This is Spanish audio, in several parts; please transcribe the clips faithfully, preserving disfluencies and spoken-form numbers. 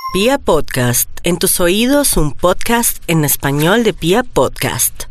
Pia Podcast, en tus oídos un podcast en español de Pia Podcast.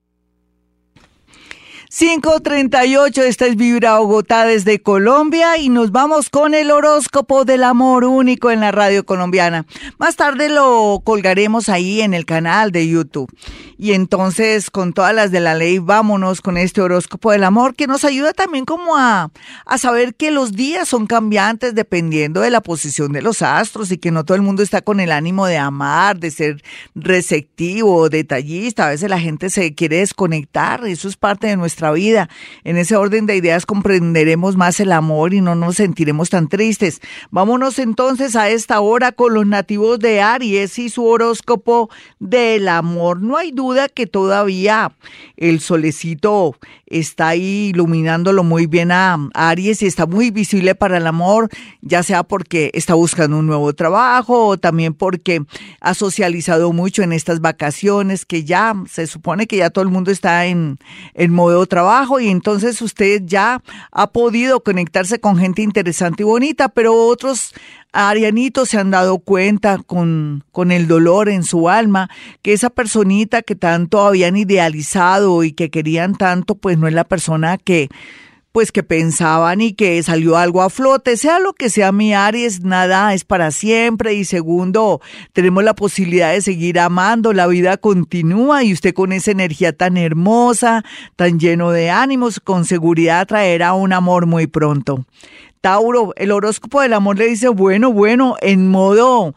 cinco treinta y ocho, esta es Vibra Bogotá desde Colombia y nos vamos con el horóscopo del amor único en la radio colombiana. Más tarde lo colgaremos ahí en el canal de YouTube. Y entonces, con todas las de la ley, vámonos con este horóscopo del amor que nos ayuda también como a, a saber que los días son cambiantes dependiendo de la posición de los astros y que no todo el mundo está con el ánimo de amar, de ser receptivo, detallista. A veces la gente se quiere desconectar, eso es parte de nuestra vida. En ese orden de ideas comprenderemos más el amor y no nos sentiremos tan tristes. Vámonos entonces a esta hora con los nativos de Aries y su horóscopo del amor. No hay duda que todavía el solecito está ahí iluminándolo muy bien a Aries y está muy visible para el amor, ya sea porque está buscando un nuevo trabajo o también porque ha socializado mucho en estas vacaciones, que ya se supone que ya todo el mundo está en, en modo trabajo y entonces usted ya ha podido conectarse con gente interesante y bonita, pero otros arianitos se han dado cuenta con, con el dolor en su alma que esa personita que tanto habían idealizado y que querían tanto, pues no es la persona que pues que pensaban y que salió algo a flote. Sea lo que sea, mi Aries, nada es para siempre. Y segundo, tenemos la posibilidad de seguir amando, la vida continúa y usted con esa energía tan hermosa, tan lleno de ánimos, con seguridad traerá un amor muy pronto. Tauro, el horóscopo del amor le dice, bueno, bueno, en modo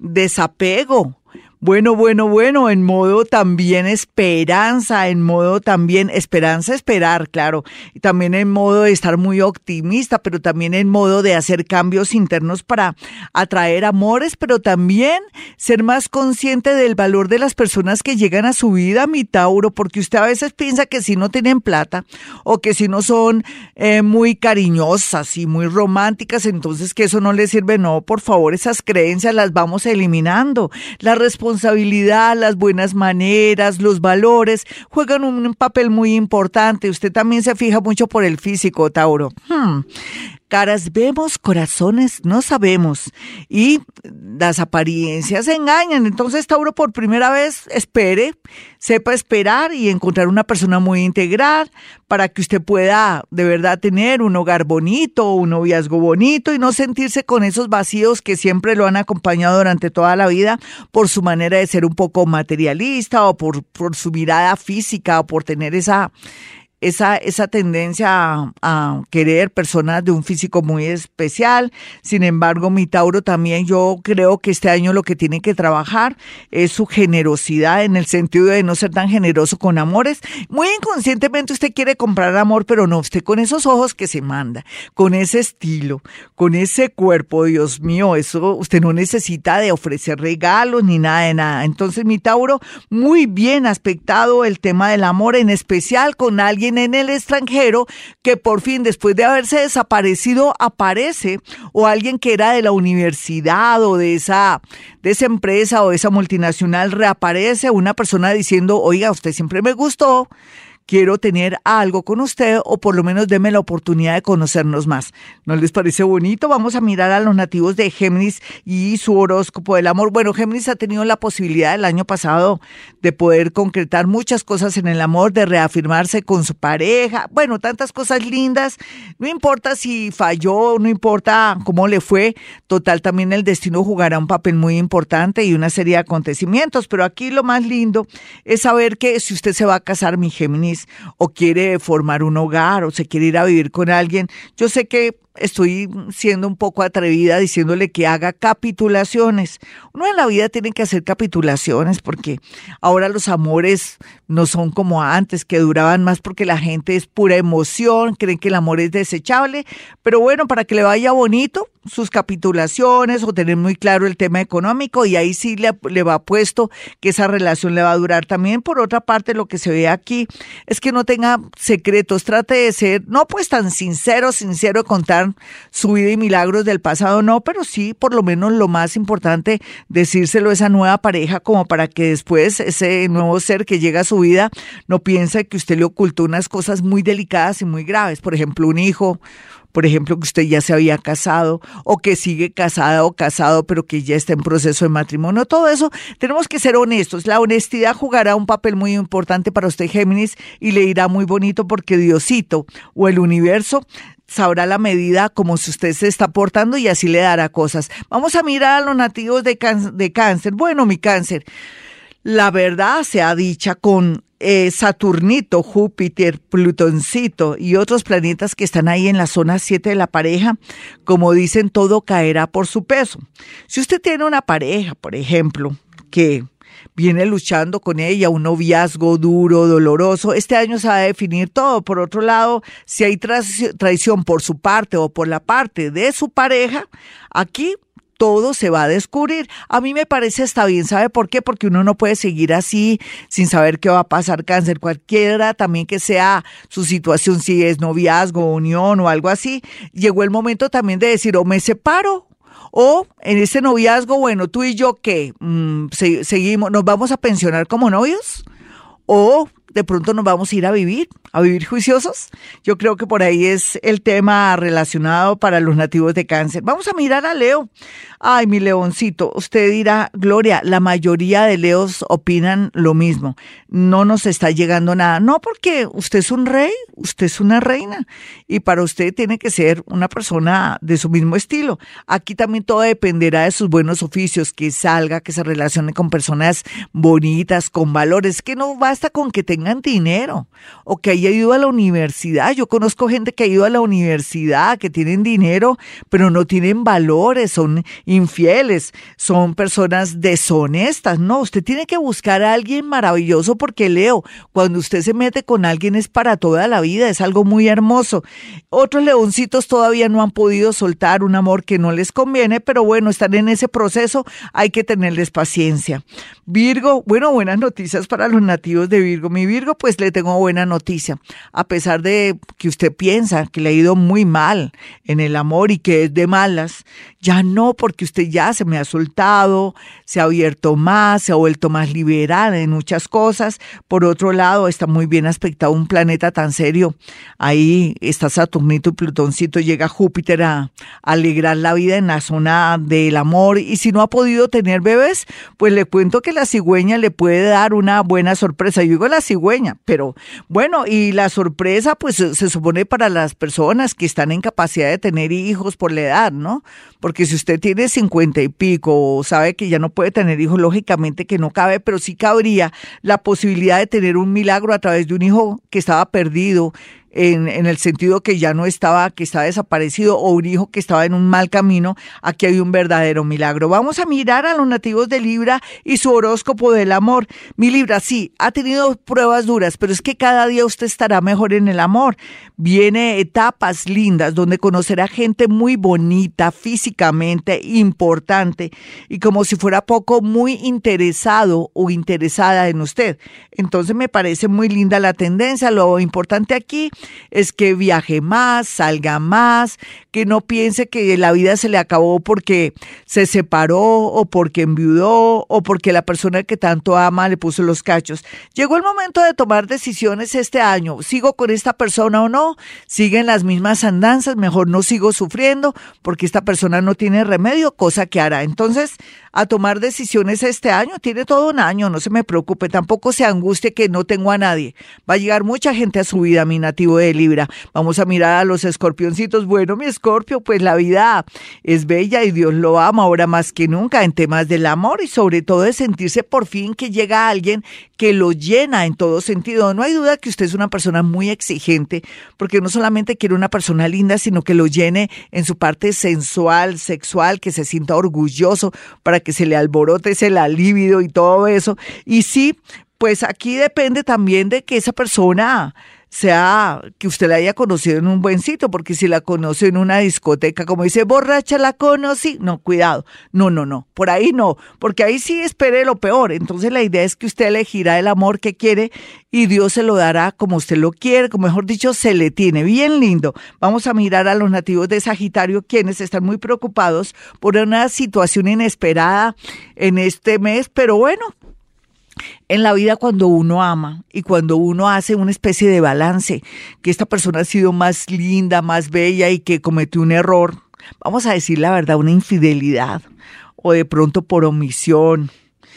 desapego. Bueno, bueno, bueno, en modo también esperanza, en modo también esperanza, esperar, claro, y también en modo de estar muy optimista, pero también en modo de hacer cambios internos para atraer amores, pero también ser más consciente del valor de las personas que llegan a su vida, mi Tauro, porque usted a veces piensa que si no tienen plata o que si no son eh, muy cariñosas y muy románticas, entonces que eso no les sirve. No, por favor, esas creencias las vamos eliminando. La responsabilidad responsabilidad, las buenas maneras, los valores juegan un papel muy importante. Usted también se fija mucho por el físico, Tauro. Hmm. Caras vemos, corazones no sabemos y las apariencias engañan. Entonces, Tauro, por primera vez, espere, sepa esperar y encontrar una persona muy integral para que usted pueda de verdad tener un hogar bonito, un noviazgo bonito y no sentirse con esos vacíos que siempre lo han acompañado durante toda la vida por su manera de ser un poco materialista o por, por su mirada física o por tener esa... Esa, esa tendencia a, a querer personas de un físico muy especial. Sin embargo, mi Tauro, también yo creo que este año lo que tiene que trabajar es su generosidad, en el sentido de no ser tan generoso con amores. Muy inconscientemente usted quiere comprar amor, pero no, usted con esos ojos que se manda, con ese estilo, con ese cuerpo, Dios mío, eso usted no necesita de ofrecer regalos ni nada de nada. Entonces, mi Tauro, muy bien aspectado el tema del amor, en especial con alguien en el extranjero que por fin, después de haberse desaparecido, aparece, o alguien que era de la universidad o de esa, de esa empresa o de esa multinacional reaparece, una persona diciendo, oiga, usted siempre me gustó, quiero tener algo con usted o por lo menos deme la oportunidad de conocernos más. ¿No les parece bonito? Vamos a mirar a los nativos de Géminis y su horóscopo del amor. Bueno, Géminis ha tenido la posibilidad el año pasado de poder concretar muchas cosas en el amor, de reafirmarse con su pareja. Bueno, tantas cosas lindas. No importa si falló, no importa cómo le fue. Total, también el destino jugará un papel muy importante y una serie de acontecimientos. Pero aquí lo más lindo es saber que si usted se va a casar, mi Géminis, o quiere formar un hogar o se quiere ir a vivir con alguien, yo sé que estoy siendo un poco atrevida diciéndole que haga capitulaciones. Uno en la vida tiene que hacer capitulaciones porque ahora los amores no son como antes, que duraban más porque la gente es pura emoción, creen que el amor es desechable, pero bueno, para que le vaya bonito, sus capitulaciones o tener muy claro el tema económico, y ahí sí le, le va puesto que esa relación le va a durar también. Por otra parte, lo que se ve aquí es que no tenga secretos, trate de ser, no pues tan sincero, sincero contar su vida y milagros del pasado, no, pero sí por lo menos lo más importante, decírselo a esa nueva pareja como para que después ese nuevo ser que llega a su vida no piense que usted le ocultó unas cosas muy delicadas y muy graves, por ejemplo un hijo, por ejemplo, que usted ya se había casado o que sigue casada o casado, pero que ya está en proceso de matrimonio. Todo eso tenemos que ser honestos. La honestidad jugará un papel muy importante para usted, Géminis, y le irá muy bonito porque Diosito o el universo sabrá la medida como si usted se está portando y así le dará cosas. Vamos a mirar a los nativos de, can- de cáncer. Bueno, mi cáncer, la verdad sea dicha, con eh, Saturnito, Júpiter, Plutoncito y otros planetas que están ahí en la zona siete de la pareja, como dicen, todo caerá por su peso. Si usted tiene una pareja, por ejemplo, que viene luchando con ella, un noviazgo duro, doloroso, este año se va a definir todo. Por otro lado, si hay tra- traición por su parte o por la parte de su pareja, aquí todo se va a descubrir. A mí me parece está bien, ¿sabe por qué? Porque uno no puede seguir así sin saber qué va a pasar, cáncer. Cualquiera también que sea su situación, si es noviazgo, unión o algo así, llegó el momento también de decir, o me separo, o en este noviazgo, bueno, tú y yo, ¿qué? Mm, se, seguimos, ¿nos vamos a pensionar como novios? ¿O de pronto nos vamos a ir a vivir, a vivir juiciosos? Yo creo que por ahí es el tema relacionado para los nativos de cáncer. Vamos a mirar a Leo. Ay, mi leoncito, usted dirá, Gloria, la mayoría de leos opinan lo mismo. No nos está llegando nada. No, porque usted es un rey, usted es una reina. Y para usted tiene que ser una persona de su mismo estilo. Aquí también todo dependerá de sus buenos oficios, que salga, que se relacione con personas bonitas, con valores, que no basta con que tengan dinero o que haya ido a la universidad. Yo conozco gente que ha ido a la universidad, que tienen dinero, pero no tienen valores, son infieles, son personas deshonestas. No, usted tiene que buscar a alguien maravilloso porque, Leo, cuando usted se mete con alguien es para toda la vida, es algo muy hermoso. Otros leoncitos todavía no han podido soltar un amor que no les conviene, pero bueno, están en ese proceso, hay que tenerles paciencia. Virgo, bueno, buenas noticias para los nativos de Virgo. Mi Virgo, pues le tengo buena noticia. A pesar de que usted piensa que le ha ido muy mal en el amor y que es de malas, ya no, porque usted ya se me ha soltado, se ha abierto más, se ha vuelto más liberal en muchas cosas. Por otro lado, está muy bien aspectado un planeta tan serio. Ahí está Saturnito y Plutoncito, llega Júpiter a, a alegrar la vida en la zona del amor. Y si no ha podido tener bebés, pues le cuento que la cigüeña le puede dar una buena sorpresa. Yo digo la cigüeña, pero bueno, y la sorpresa pues se supone para las personas que están en capacidad de tener hijos por la edad, ¿no? Porque si usted tiene cincuenta y pico o sabe que ya no puede tener hijos, lógicamente que no cabe, pero sí cabría la posibilidad de tener un milagro a través de un hijo que estaba perdido, En, en el sentido que ya no estaba, que estaba desaparecido, o un hijo que estaba en un mal camino. Aquí hay un verdadero milagro. Vamos a mirar a los nativos de Libra y su horóscopo del amor. Mi Libra, sí, ha tenido pruebas duras, pero es que cada día usted estará mejor en el amor. Viene etapas lindas donde conocerá gente muy bonita, físicamente importante, y como si fuera poco, muy interesado o interesada en usted. Entonces me parece muy linda la tendencia. Lo importante aquí es que viaje más, salga más, que no piense que la vida se le acabó porque se separó o porque enviudó o porque la persona que tanto ama le puso los cachos. Llegó el momento de tomar decisiones este año. ¿Sigo con esta persona o no? ¿Siguen las mismas andanzas? Mejor no sigo sufriendo porque esta persona no tiene remedio, cosa que hará. Entonces, a tomar decisiones este año, tiene todo un año, no se me preocupe, tampoco se angustie que no tengo a nadie. Va a llegar mucha gente a su vida, mi nativo de Libra. Vamos a mirar a los escorpioncitos. Bueno, mi escorpio, pues la vida es bella y Dios lo ama ahora más que nunca en temas del amor y sobre todo de sentirse por fin que llega alguien que lo llena en todo sentido. No hay duda que usted es una persona muy exigente porque no solamente quiere una persona linda, sino que lo llene en su parte sensual, sexual, que se sienta orgulloso para que se le alborote ese la libido y todo eso. Y sí, pues aquí depende también de que esa persona sea, que usted la haya conocido en un buen sitio, porque si la conoce en una discoteca, como dice, borracha la conocí, no, cuidado, no, no, no, por ahí no, porque ahí sí espere lo peor. Entonces la idea es que usted elegirá el amor que quiere y Dios se lo dará como usted lo quiere, como mejor dicho, se le tiene, bien lindo. Vamos a mirar a los nativos de Sagitario, quienes están muy preocupados por una situación inesperada en este mes, pero bueno, En la vida, cuando uno ama y cuando uno hace una especie de balance, que esta persona ha sido más linda, más bella y que cometió un error, vamos a decir la verdad, una infidelidad o de pronto por omisión.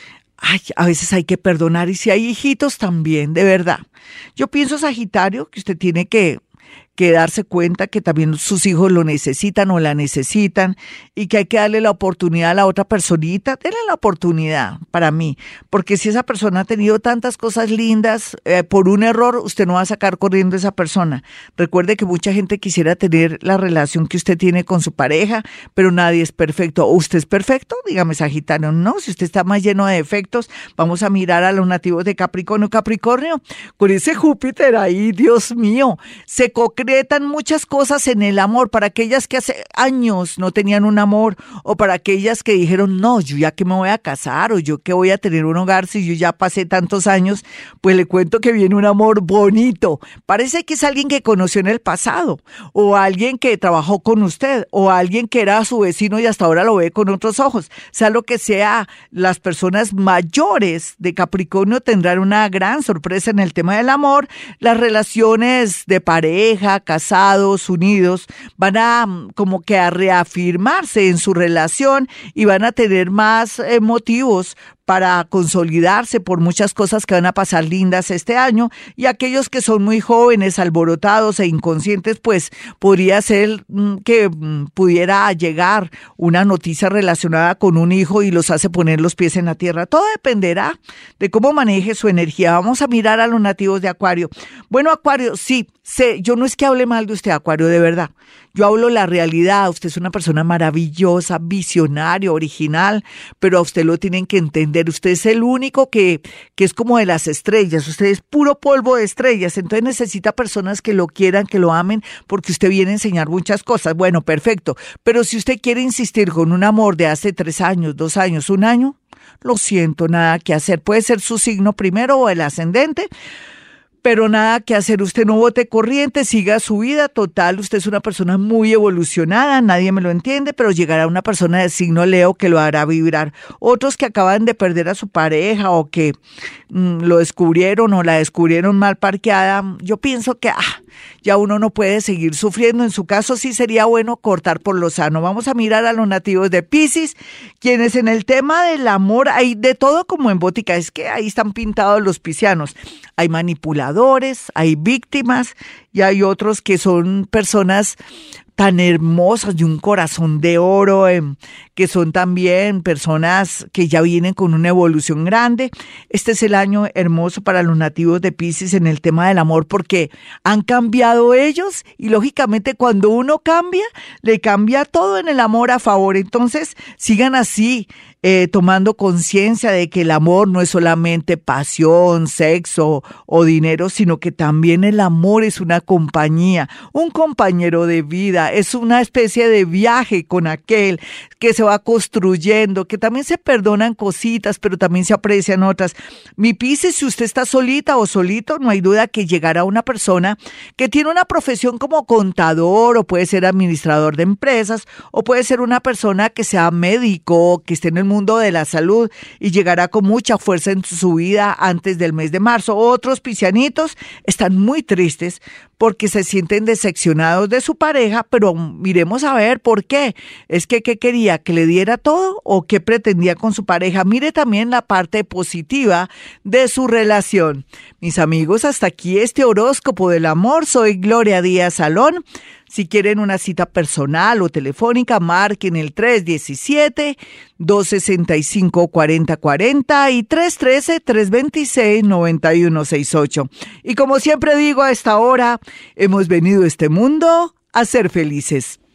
Ay, a veces hay que perdonar y si hay hijitos también, de verdad. Yo pienso, Sagitario, que usted tiene que que darse cuenta que también sus hijos lo necesitan o la necesitan y que hay que darle la oportunidad a la otra personita, denle la oportunidad para mí, porque si esa persona ha tenido tantas cosas lindas, eh, por un error usted no va a sacar corriendo a esa persona. Recuerde que mucha gente quisiera tener la relación que usted tiene con su pareja, pero nadie es perfecto. ¿O usted es perfecto? Dígame, Sagitario, no, si usted está más lleno de defectos, vamos a mirar a los nativos de Capricornio. Capricornio, con ese Júpiter ahí, Dios mío, se concretan muchas cosas en el amor para aquellas que hace años no tenían un amor o para aquellas que dijeron, no, yo ya que me voy a casar o yo que voy a tener un hogar si yo ya pasé tantos años, pues le cuento que viene un amor bonito. Parece que es alguien que conoció en el pasado o alguien que trabajó con usted o alguien que era su vecino y hasta ahora lo ve con otros ojos. Sea lo que sea, las personas mayores de Capricornio tendrán una gran sorpresa en el tema del amor. Las relaciones de pareja, casados, unidos, van a como que a reafirmarse en su relación y van a tener más eh, motivos para consolidarse por muchas cosas que van a pasar lindas este año, y aquellos que son muy jóvenes, alborotados e inconscientes, pues podría ser mm, que mm, pudiera llegar una noticia relacionada con un hijo y los hace poner los pies en la tierra. Todo dependerá de cómo maneje su energía. Vamos a mirar a los nativos de Acuario. Bueno, Acuario, sí, sé, yo no es que hable mal de usted, Acuario, de verdad. Yo hablo la realidad. Usted es una persona maravillosa, visionario, original, pero a usted lo tienen que entender. Usted es el único que, que es como de las estrellas. Usted es puro polvo de estrellas. Entonces necesita personas que lo quieran, que lo amen, porque usted viene a enseñar muchas cosas. Bueno, perfecto. Pero si usted quiere insistir con un amor de hace tres años, dos años, un año, lo siento, nada que hacer. Puede ser su signo primero o el ascendente, pero nada que hacer. Usted no bote corriente, siga su vida. Total, usted es una persona muy evolucionada, nadie me lo entiende, pero llegará una persona de signo Leo que lo hará vibrar. Otros que acaban de perder a su pareja o que mmm, lo descubrieron o la descubrieron mal parqueada, yo pienso que ah, ya uno no puede seguir sufriendo. En su caso sí sería bueno cortar por lo sano. Vamos a mirar a los nativos de Piscis, quienes en el tema del amor hay de todo como en Bótica. Es que ahí están pintados los piscianos. Hay manipuladores, hay víctimas y hay otros que son personas tan hermosas, de un corazón de oro, eh, que son también personas que ya vienen con una evolución grande. Este es el año hermoso para los nativos de Piscis en el tema del amor, porque han cambiado ellos y lógicamente cuando uno cambia, le cambia todo en el amor a favor. Entonces sigan así, eh, tomando conciencia de que el amor no es solamente pasión, sexo o dinero, sino que también el amor es una compañía, un compañero de vida. Es una especie de viaje con aquel que se va construyendo, que también se perdonan cositas, pero también se aprecian otras. Mi Piscis, si usted está solita o solito, no hay duda que llegará una persona que tiene una profesión como contador, o puede ser administrador de empresas, o puede ser una persona que sea médico, que esté en el mundo de la salud y llegará con mucha fuerza en su vida antes del mes de marzo. Otros piscianitos están muy tristes porque se sienten decepcionados de su pareja, pero miremos a ver por qué. ¿Es que qué quería? ¿Que le diera todo o qué pretendía con su pareja? Mire también la parte positiva de su relación. Mis amigos, hasta aquí este horóscopo del amor. Soy Gloria Díaz Salón. Si quieren una cita personal o telefónica, marquen el tres uno siete, dos seis cinco, cuatro cero cuatro cero y tres uno tres, tres dos seis, nueve uno seis ocho. Y como siempre digo, a esta hora hemos venido a este mundo a ser felices.